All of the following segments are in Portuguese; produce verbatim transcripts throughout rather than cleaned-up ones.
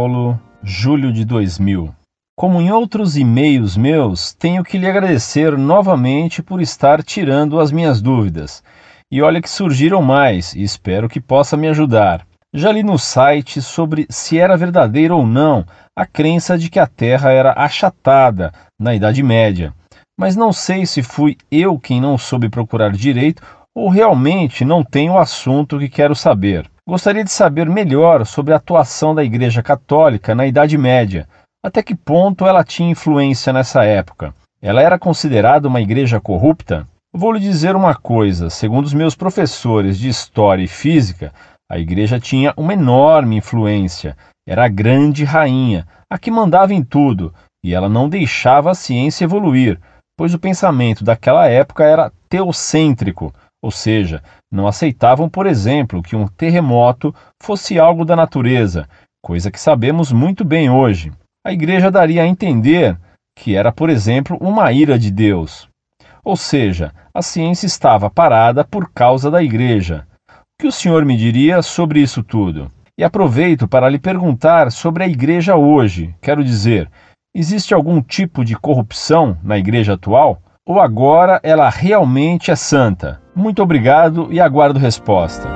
Paulo, julho de dois mil. Como em outros e-mails meus, tenho que lhe agradecer novamente por estar tirando as minhas dúvidas. E olha que surgiram mais, e espero que possa me ajudar. Já li no site sobre se era verdadeira ou não a crença de que a Terra era achatada na Idade Média. Mas não sei se fui eu quem não soube procurar direito ou realmente não tem o assunto que quero saber. Gostaria de saber melhor sobre a atuação da Igreja Católica na Idade Média. Até que ponto ela tinha influência nessa época? Ela era considerada uma igreja corrupta? Vou lhe dizer uma coisa, segundo os meus professores de História e Física, a igreja tinha uma enorme influência. Era a grande rainha, a que mandava em tudo, e ela não deixava a ciência evoluir, pois o pensamento daquela época era teocêntrico, ou seja, não aceitavam, por exemplo, que um terremoto fosse algo da natureza, coisa que sabemos muito bem hoje. A igreja daria a entender que era, por exemplo, uma ira de Deus. Ou seja, a ciência estava parada por causa da igreja. O que o senhor me diria sobre isso tudo? E aproveito para lhe perguntar sobre a igreja hoje. Quero dizer, existe algum tipo de corrupção na igreja atual? Ou agora ela realmente é santa? Muito obrigado e aguardo resposta.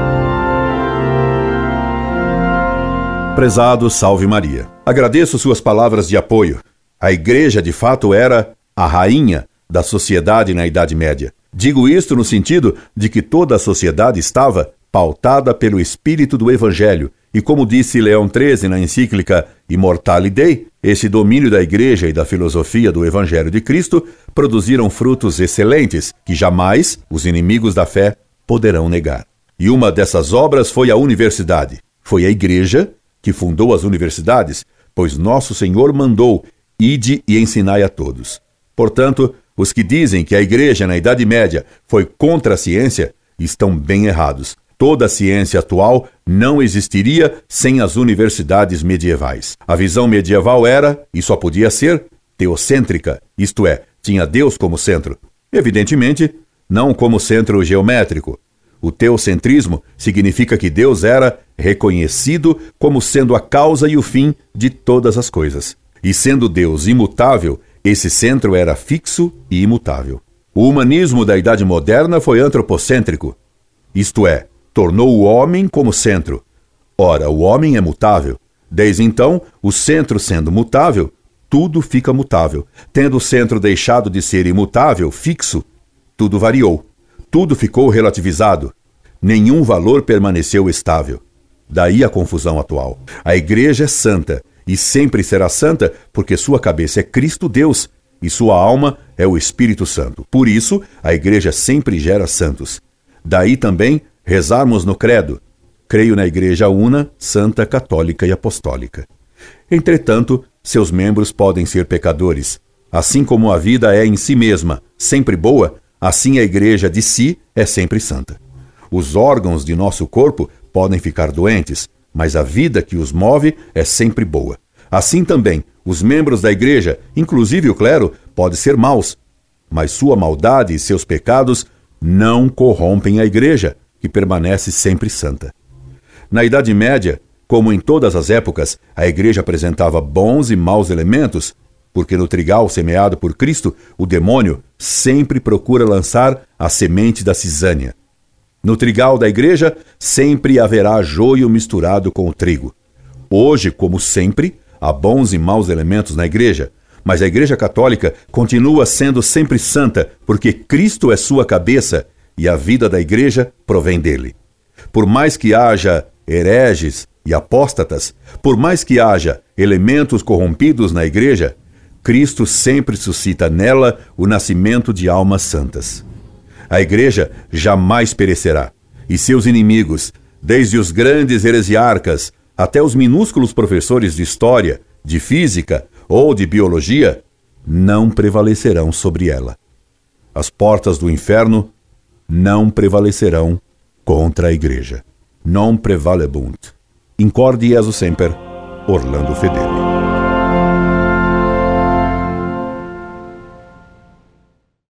Prezado Salve Maria, agradeço suas palavras de apoio. A igreja de fato era a rainha da sociedade na Idade Média. Digo isto no sentido de que toda a sociedade estava pautada pelo espírito do Evangelho e, como disse Leão treze na encíclica Immortale Dei, esse domínio da igreja e da filosofia do Evangelho de Cristo produziram frutos excelentes que jamais os inimigos da fé poderão negar. E uma dessas obras foi a universidade. Foi a igreja que fundou as universidades, pois nosso Senhor mandou: ide e ensinai a todos. Portanto, os que dizem que a igreja na Idade Média foi contra a ciência estão bem errados. Toda a ciência atual não existiria sem as universidades medievais. A visão medieval era, e só podia ser, teocêntrica, isto é, tinha Deus como centro. Evidentemente, não como centro geométrico. O teocentrismo significa que Deus era reconhecido como sendo a causa e o fim de todas as coisas. E sendo Deus imutável, esse centro era fixo e imutável. O humanismo da Idade Moderna foi antropocêntrico, isto é, tornou o homem como centro. Ora, o homem é mutável. Desde então, o centro sendo mutável, tudo fica mutável. Tendo o centro deixado de ser imutável, fixo, tudo variou. Tudo ficou relativizado. Nenhum valor permaneceu estável. Daí a confusão atual. A igreja é santa e sempre será santa porque sua cabeça é Cristo Deus e sua alma é o Espírito Santo. Por isso, a igreja sempre gera santos. Daí também rezarmos no credo: creio na igreja una, santa, católica e apostólica. Entretanto, seus membros podem ser pecadores. Assim como a vida é em si mesma sempre boa, assim a igreja de si é sempre santa. Os órgãos de nosso corpo podem ficar doentes, mas a vida que os move é sempre boa. Assim também, os membros da igreja, inclusive o clero, podem ser maus, mas sua maldade e seus pecados não corrompem a igreja, que permanece sempre santa. Na Idade Média, como em todas as épocas, a igreja apresentava bons e maus elementos, porque no trigal semeado por Cristo, o demônio sempre procura lançar a semente da cisânia. No trigal da igreja, sempre haverá joio misturado com o trigo. Hoje, como sempre, há bons e maus elementos na igreja, mas a Igreja Católica continua sendo sempre santa, porque Cristo é sua cabeça e a vida da igreja provém dele. Por mais que haja hereges e apóstatas, por mais que haja elementos corrompidos na igreja, Cristo sempre suscita nela o nascimento de almas santas. A igreja jamais perecerá, e seus inimigos, desde os grandes heresiarcas até os minúsculos professores de história, de física ou de biologia, não prevalecerão sobre ela. As portas do inferno não prevalecerão contra a igreja. Non prevalebunt. Incorde Jesus Semper, Orlando Fedeli.